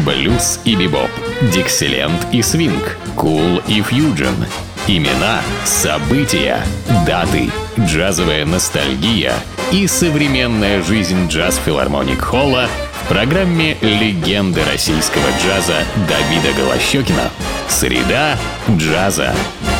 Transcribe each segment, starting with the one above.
блюз и бибоп, диксиленд и свинг, кул и фьюджен. Имена, события, даты, джазовая ностальгия и современная жизнь джаз-филармоник Холла в программе «Легенды российского джаза» Давида Голощёкина. Среда джаза.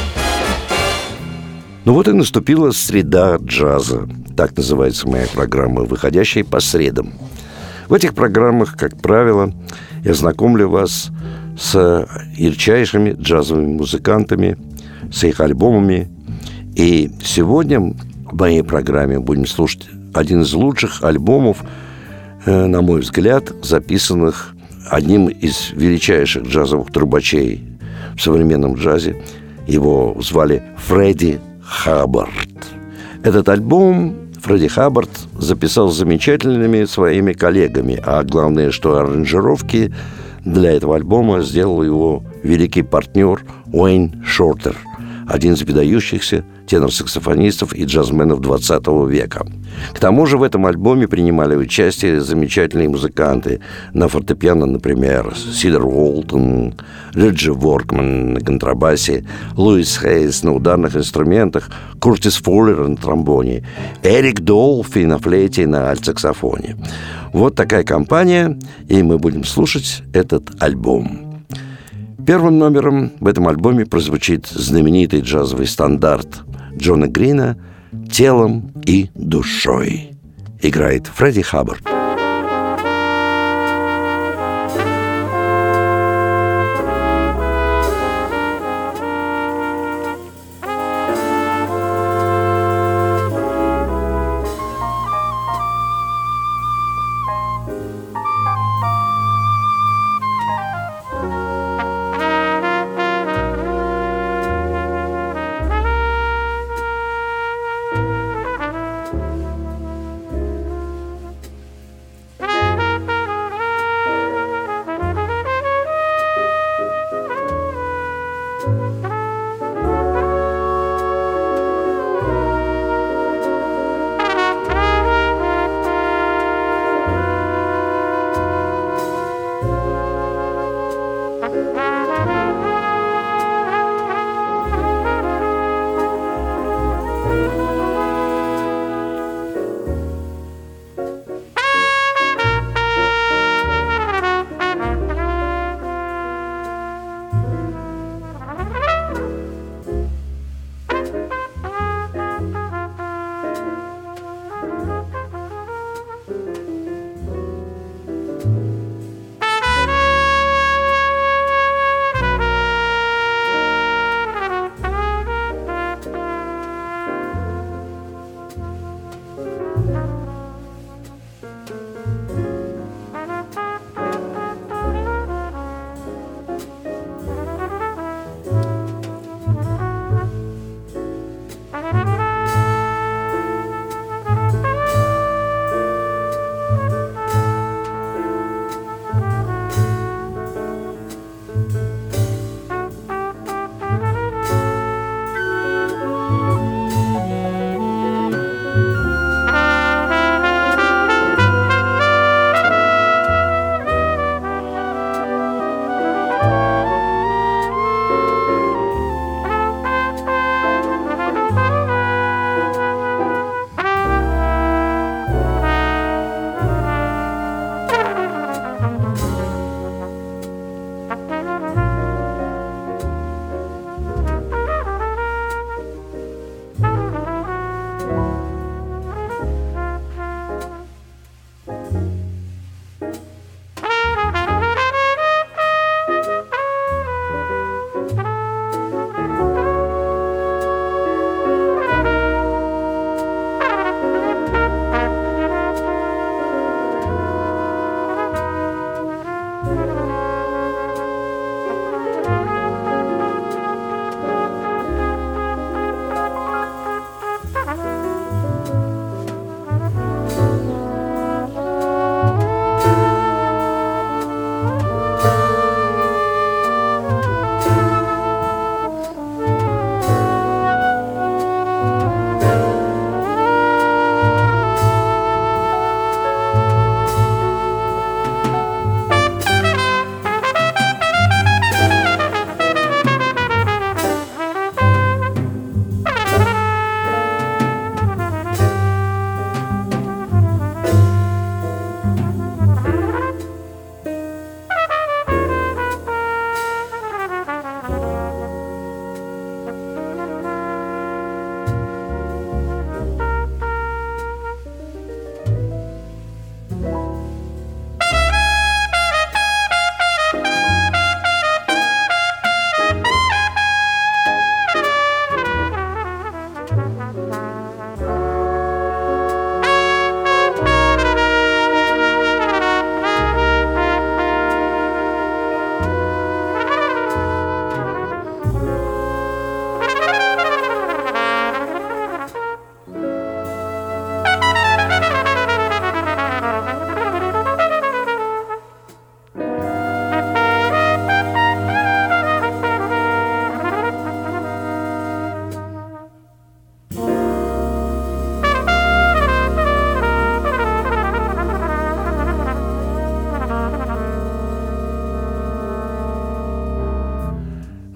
Ну вот и наступила среда джаза. Так называется моя программа, выходящая по средам. В этих программах, как правило, я знакомлю вас с ярчайшими джазовыми музыкантами, с их альбомами. И сегодня в моей программе будем слушать один из лучших альбомов, на мой взгляд, записанных одним из величайших джазовых трубачей в современном джазе. Его звали Фредди Хаббард. Этот альбом Фредди Хаббард записал с замечательными своими коллегами, а главное, что аранжировки для этого альбома сделал его великий партнер Уэйн Шортер, один из выдающихся тенор-саксофонистов и джазменов 20 века. К тому же в этом альбоме принимали участие замечательные музыканты на фортепиано, например, Сидер Уолтон, Реджи Воркман на контрабасе, Луис Хейс на ударных инструментах, Куртис Фуллер на тромбоне, Эрик Долфи на флейте и на альтсаксофоне. Вот такая компания, и мы будем слушать этот альбом. Первым номером в этом альбоме прозвучит знаменитый джазовый стандарт Джона Грина «Телом и душой». Играет Фредди Хаббард.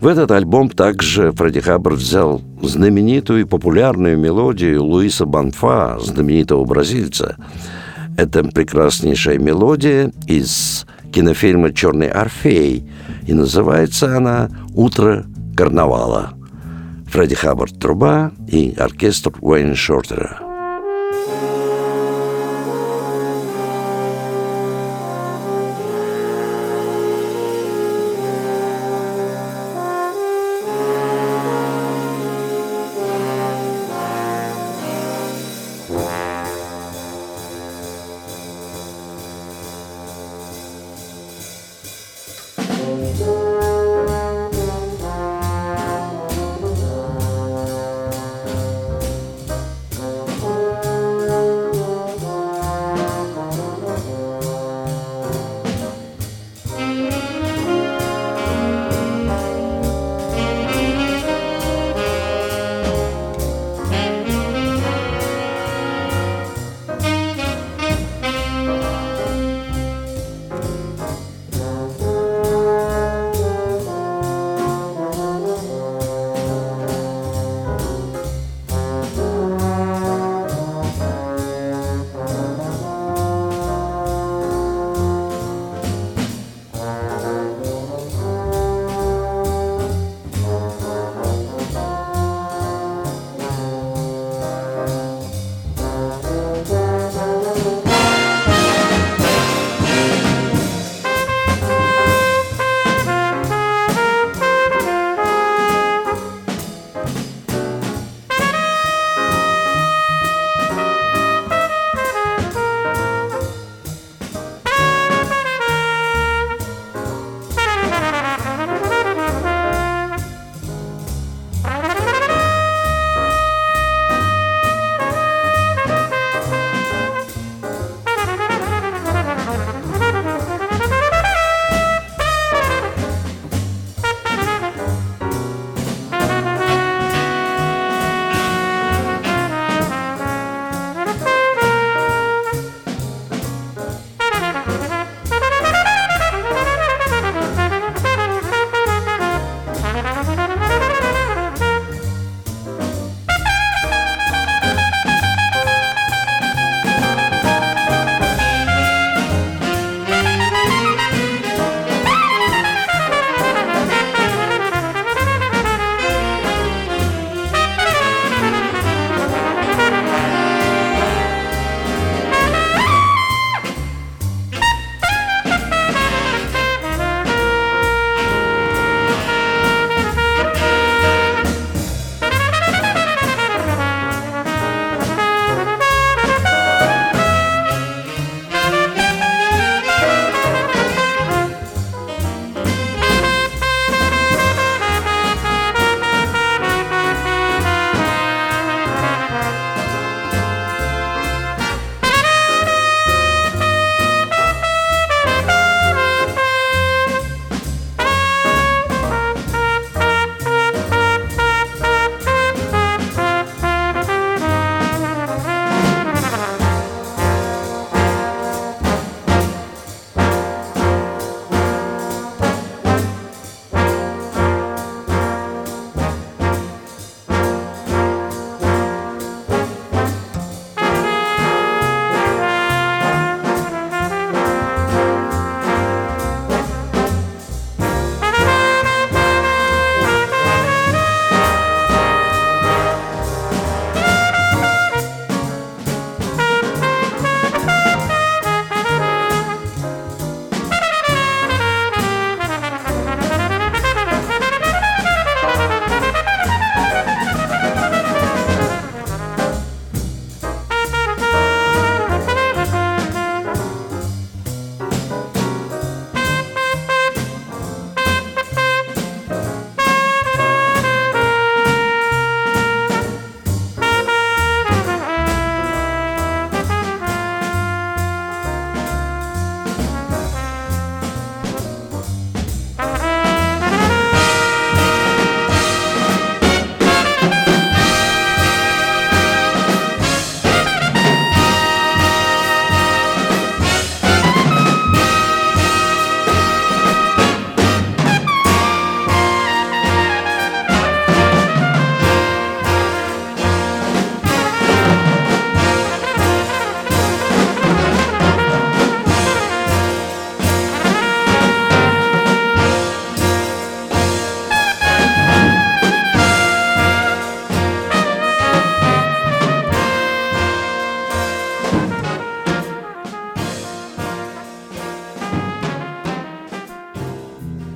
В этот альбом также Фредди Хаббард взял знаменитую и популярную мелодию Луиса Бонфа, знаменитого бразильца. Это прекраснейшая мелодия из кинофильма «Черный Орфей», и называется она «Утро карнавала». Фредди Хаббард – труба и оркестр Уэйна Шортера.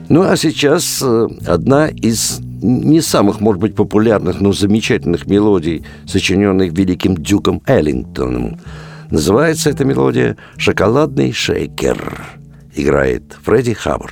Ну, а сейчас одна из не самых, может быть, популярных, но замечательных мелодий, сочиненных великим Дюком Эллингтоном. Называется эта мелодия «Шоколадный шейкер». Играет Фредди Хаббард.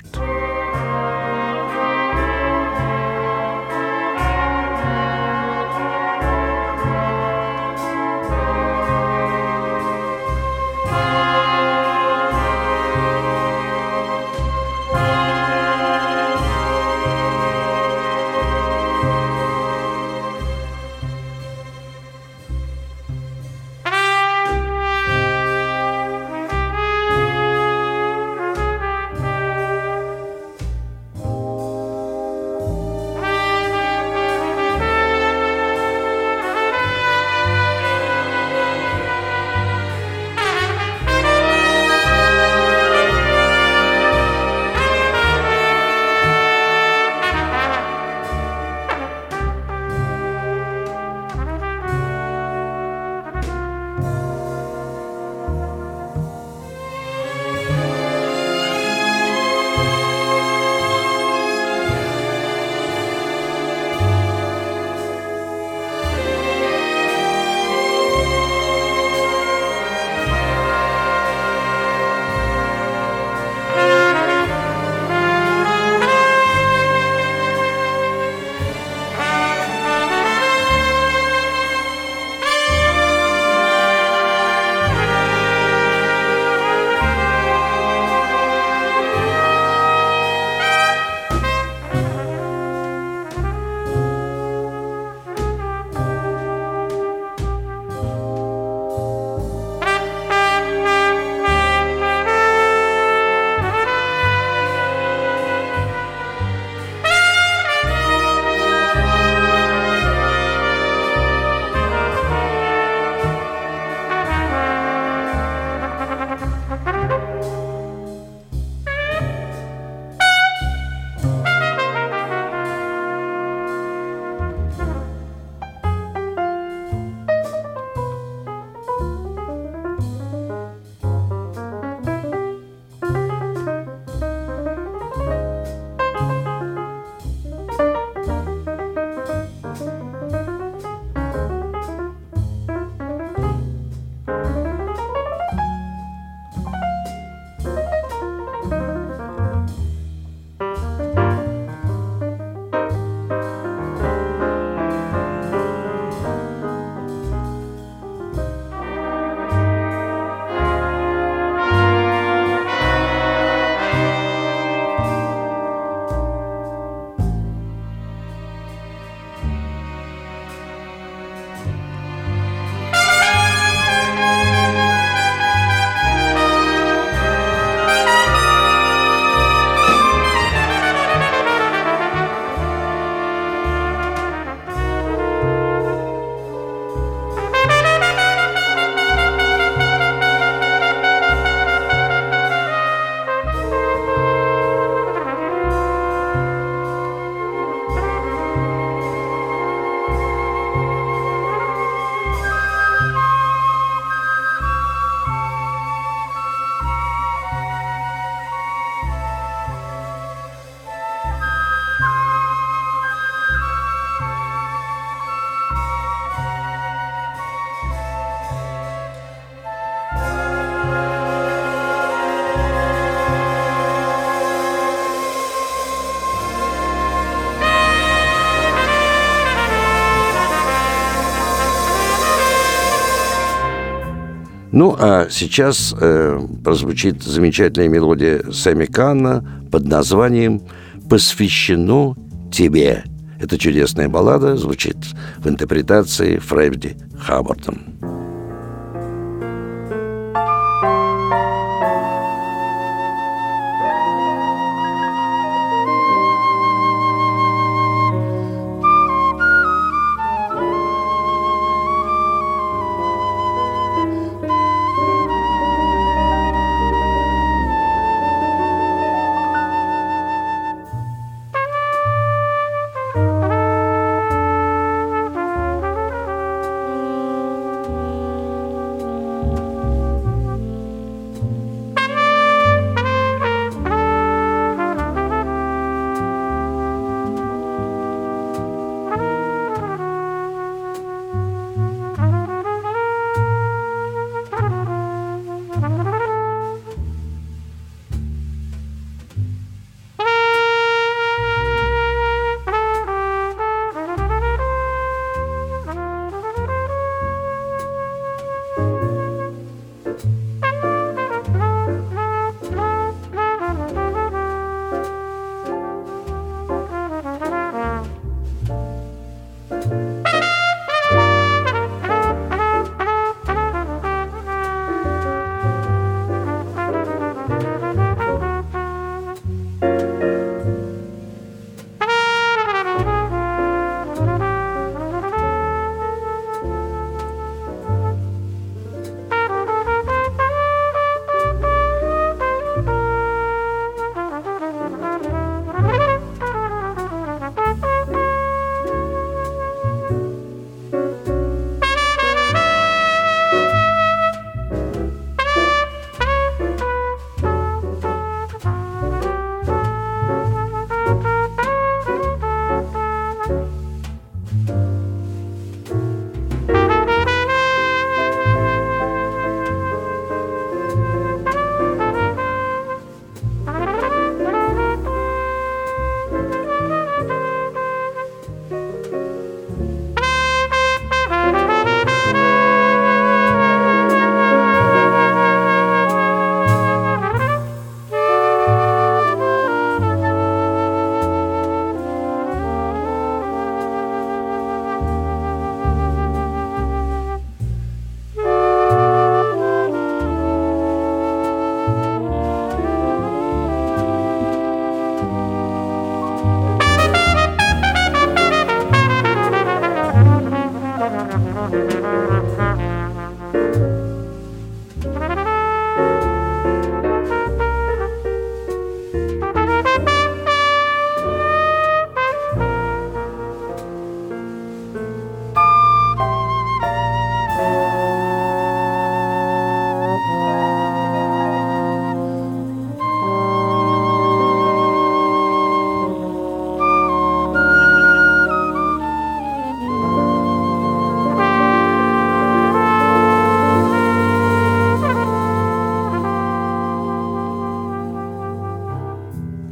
Ну, а сейчас прозвучит замечательная мелодия Сэмми Канна под названием «Посвящено тебе». Эта чудесная баллада звучит в интерпретации Фредди Хаббардом.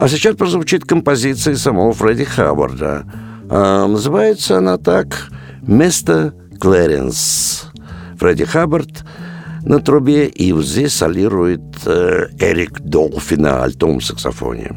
А сейчас прозвучит композиция самого Фредди Хаббарда. Называется она так «Мистер Клэренс». Фредди Хаббард на трубе, и вот здесь солирует Эрик Долфи на альтовом саксофоне.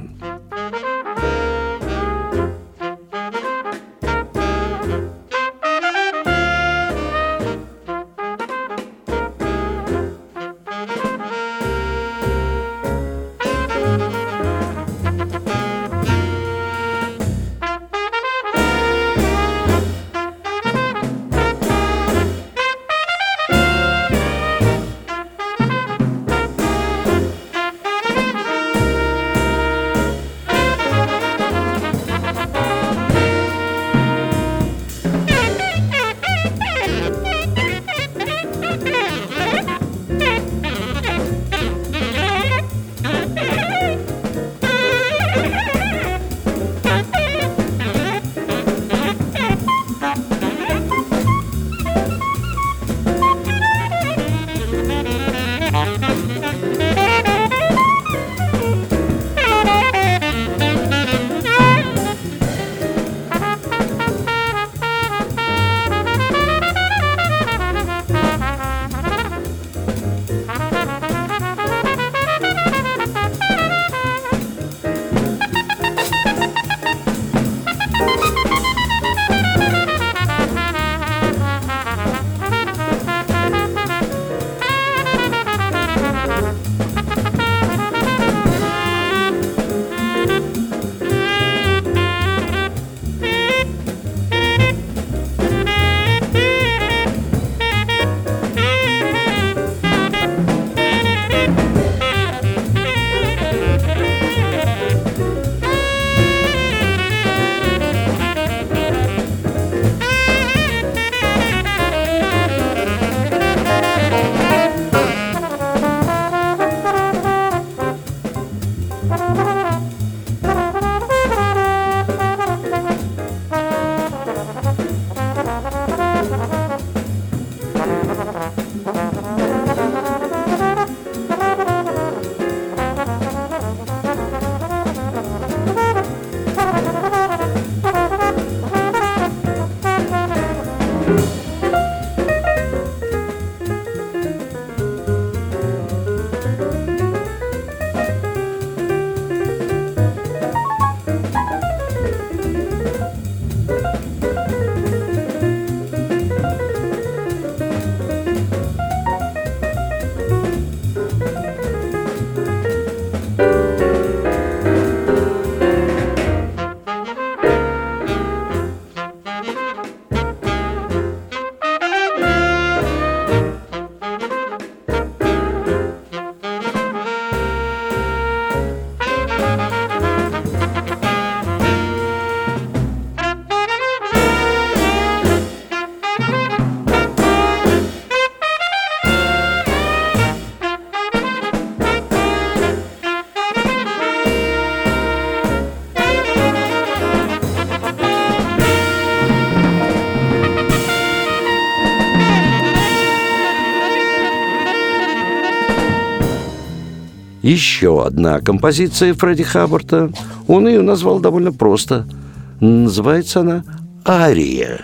Еще одна композиция Фредди Хаббарда. Он ее назвал довольно просто. Называется она «Ария».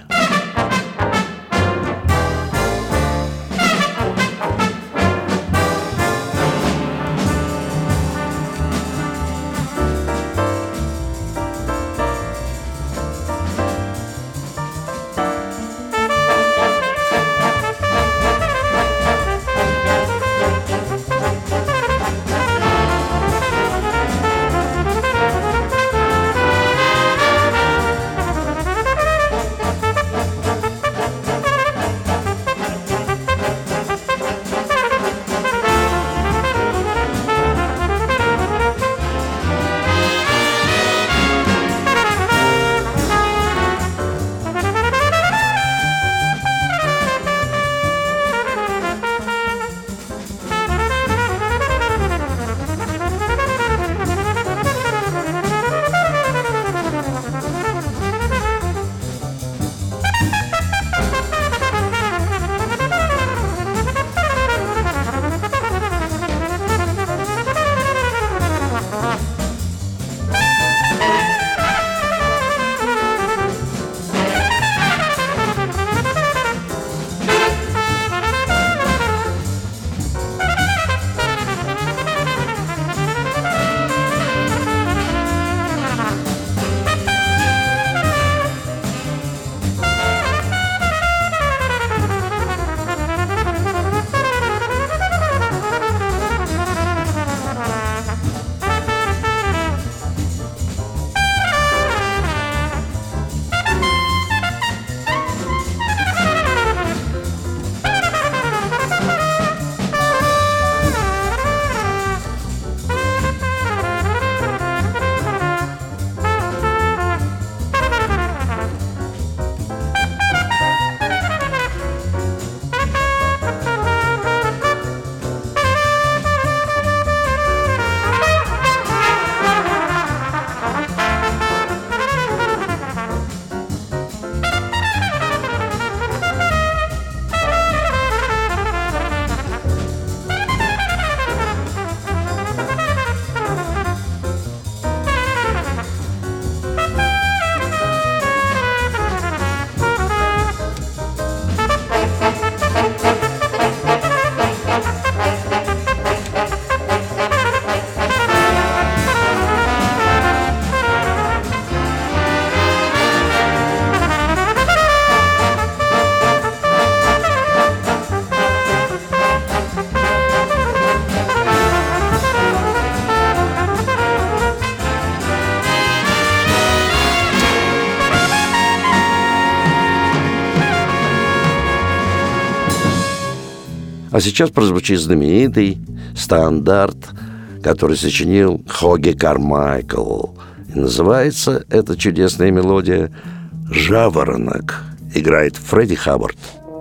А сейчас прозвучит знаменитый стандарт, который сочинил Хоги Кармайкл. И называется эта чудесная мелодия «Жаворонок». Играет Фредди Хаббард.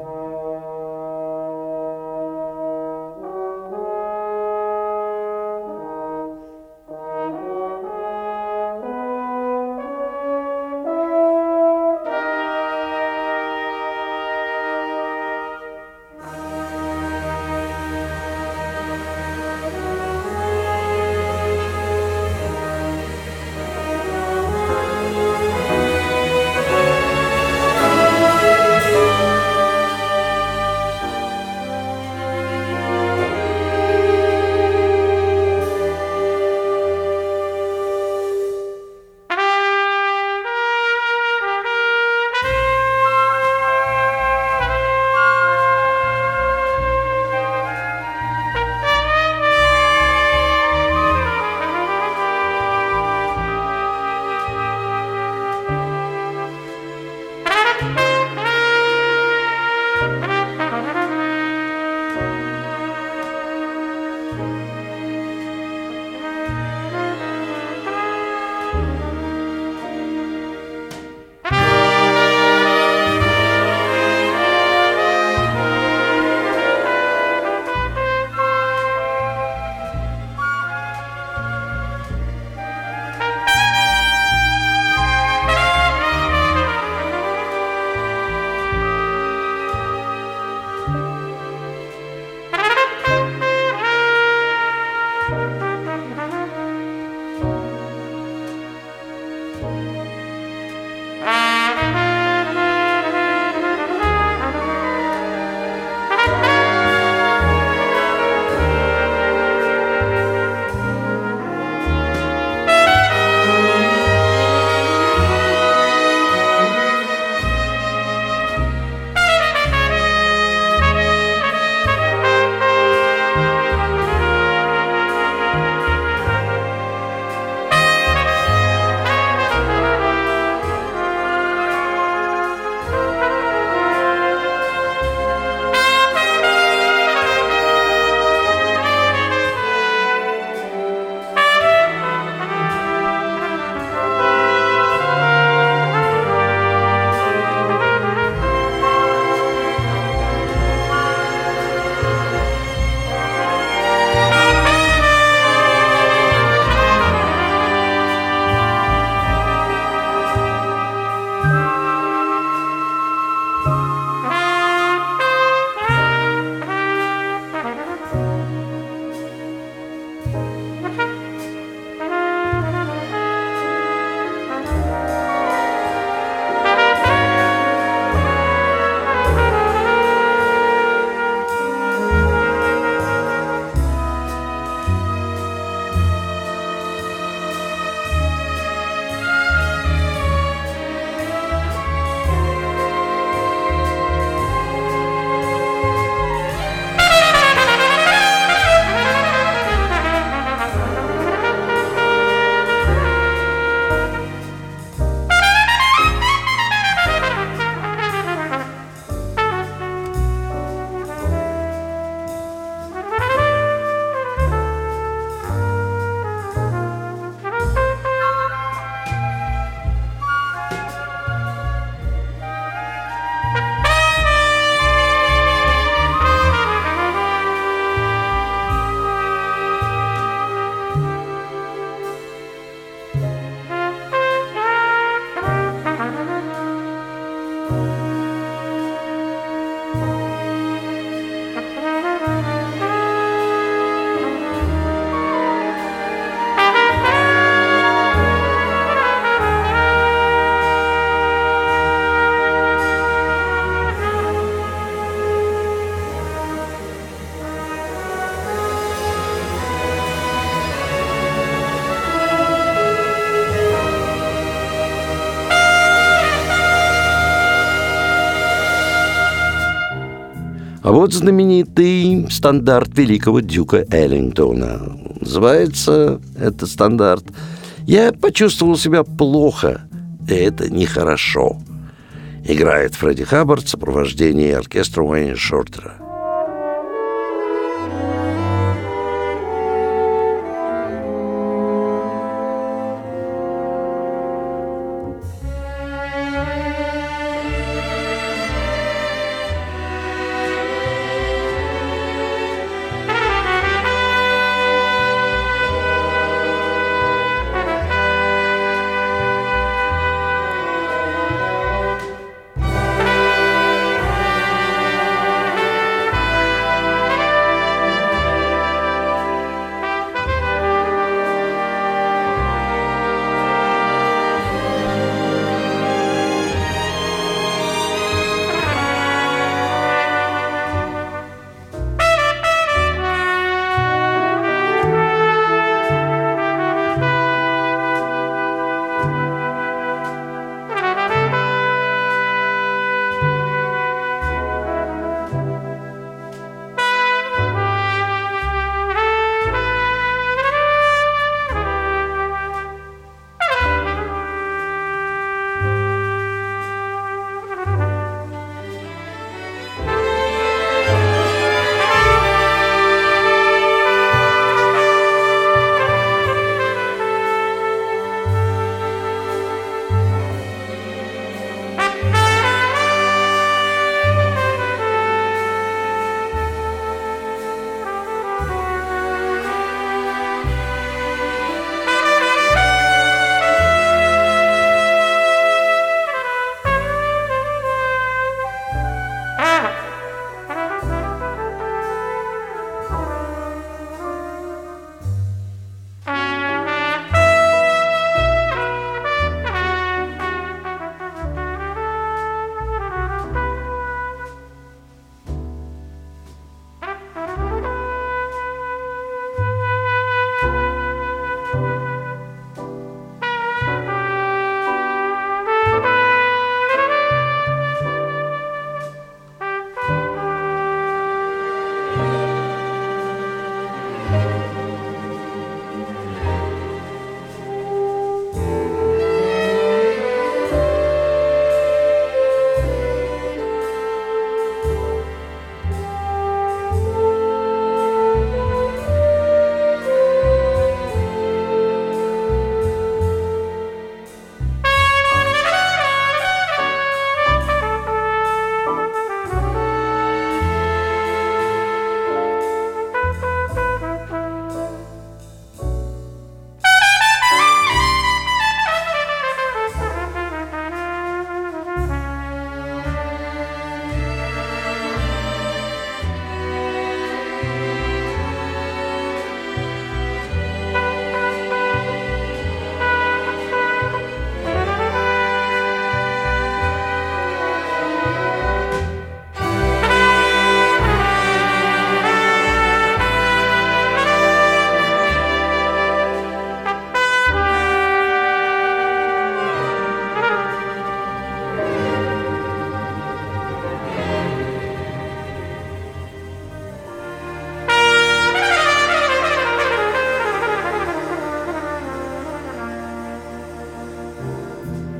А вот знаменитый стандарт великого дюка Эллингтона. Называется этот стандарт «Я почувствовал себя плохо, и это нехорошо». Играет Фредди Хаббард в сопровождении оркестра Уэйна Шортера.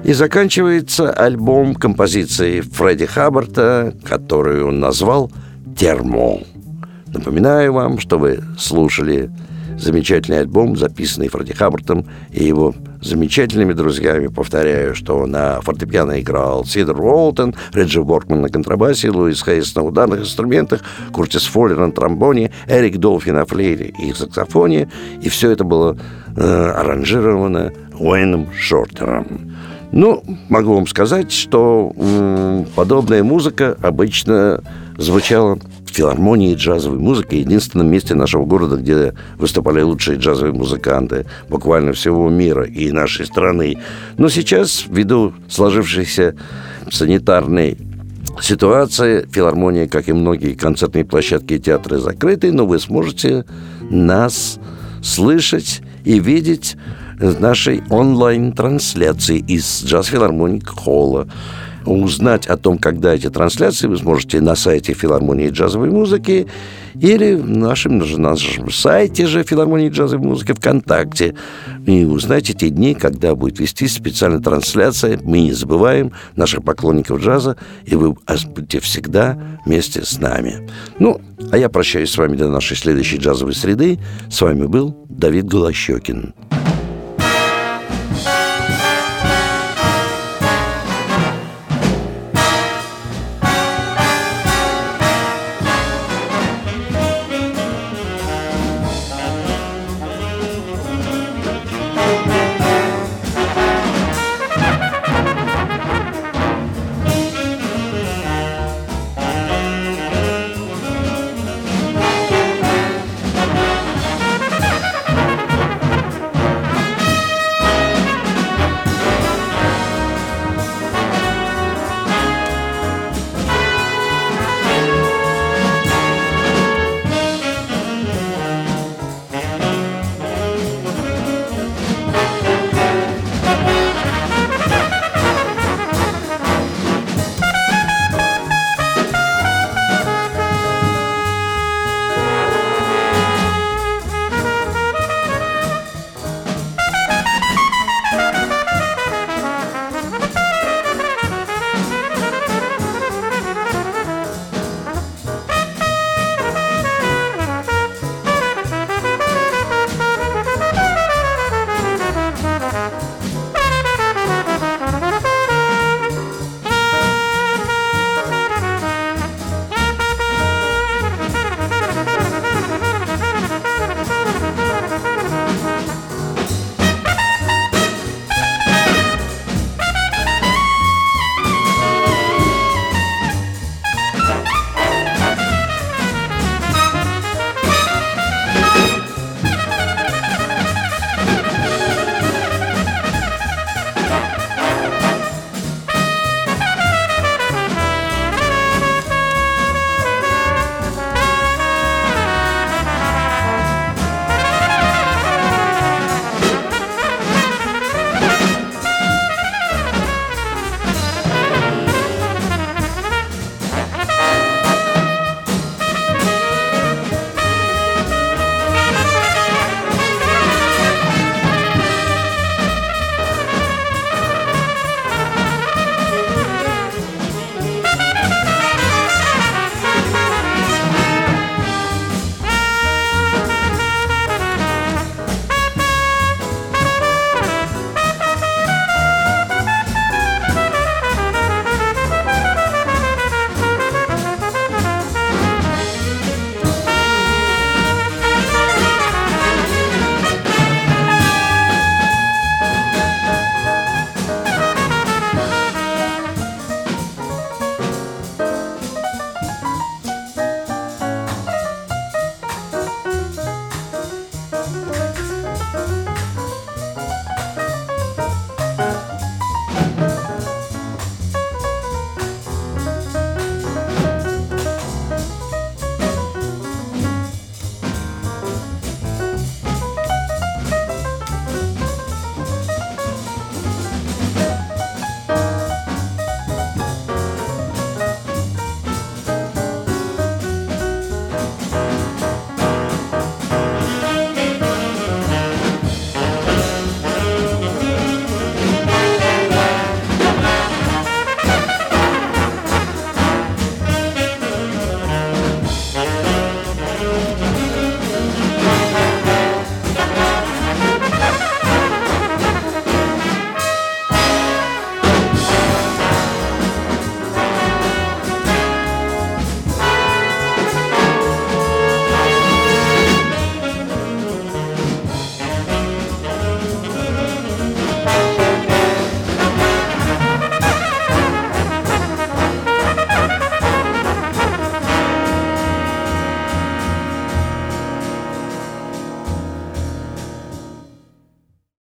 И заканчивается альбом композицией Фредди Хаббарда, которую он назвал «Термо». Напоминаю вам, что вы слушали замечательный альбом, записанный Фредди Хаббардом и его замечательными друзьями. Повторяю, что на фортепиано играл Сидор Уолтон, Реджи Воркман на контрабасе, Луис Хейс на ударных инструментах, Куртис Фоллер на тромбоне, Эрик Долфи на флейте и саксофоне. И все это было аранжировано Уэйном Шортером. Ну, могу вам сказать, что подобная музыка обычно звучала в филармонии джазовой музыки, единственном месте нашего города, где выступали лучшие джазовые музыканты буквально всего мира и нашей страны. Но сейчас, ввиду сложившейся санитарной ситуации, филармония, как и многие концертные площадки и театры, закрыты, но вы сможете нас слышать и видеть в нашей онлайн-трансляции из Джаз-филармоник Холла. Узнать о том, когда эти трансляции, вы сможете на сайте филармонии джазовой музыки или на нашем сайте же филармонии джазовой музыки ВКонтакте. И узнать эти дни, когда будет вести специальная трансляция. Мы не забываем наших поклонников джаза, и вы будете всегда вместе с нами. Ну, а я прощаюсь с вами до нашей следующей джазовой среды. С вами был Давид Голощёкин.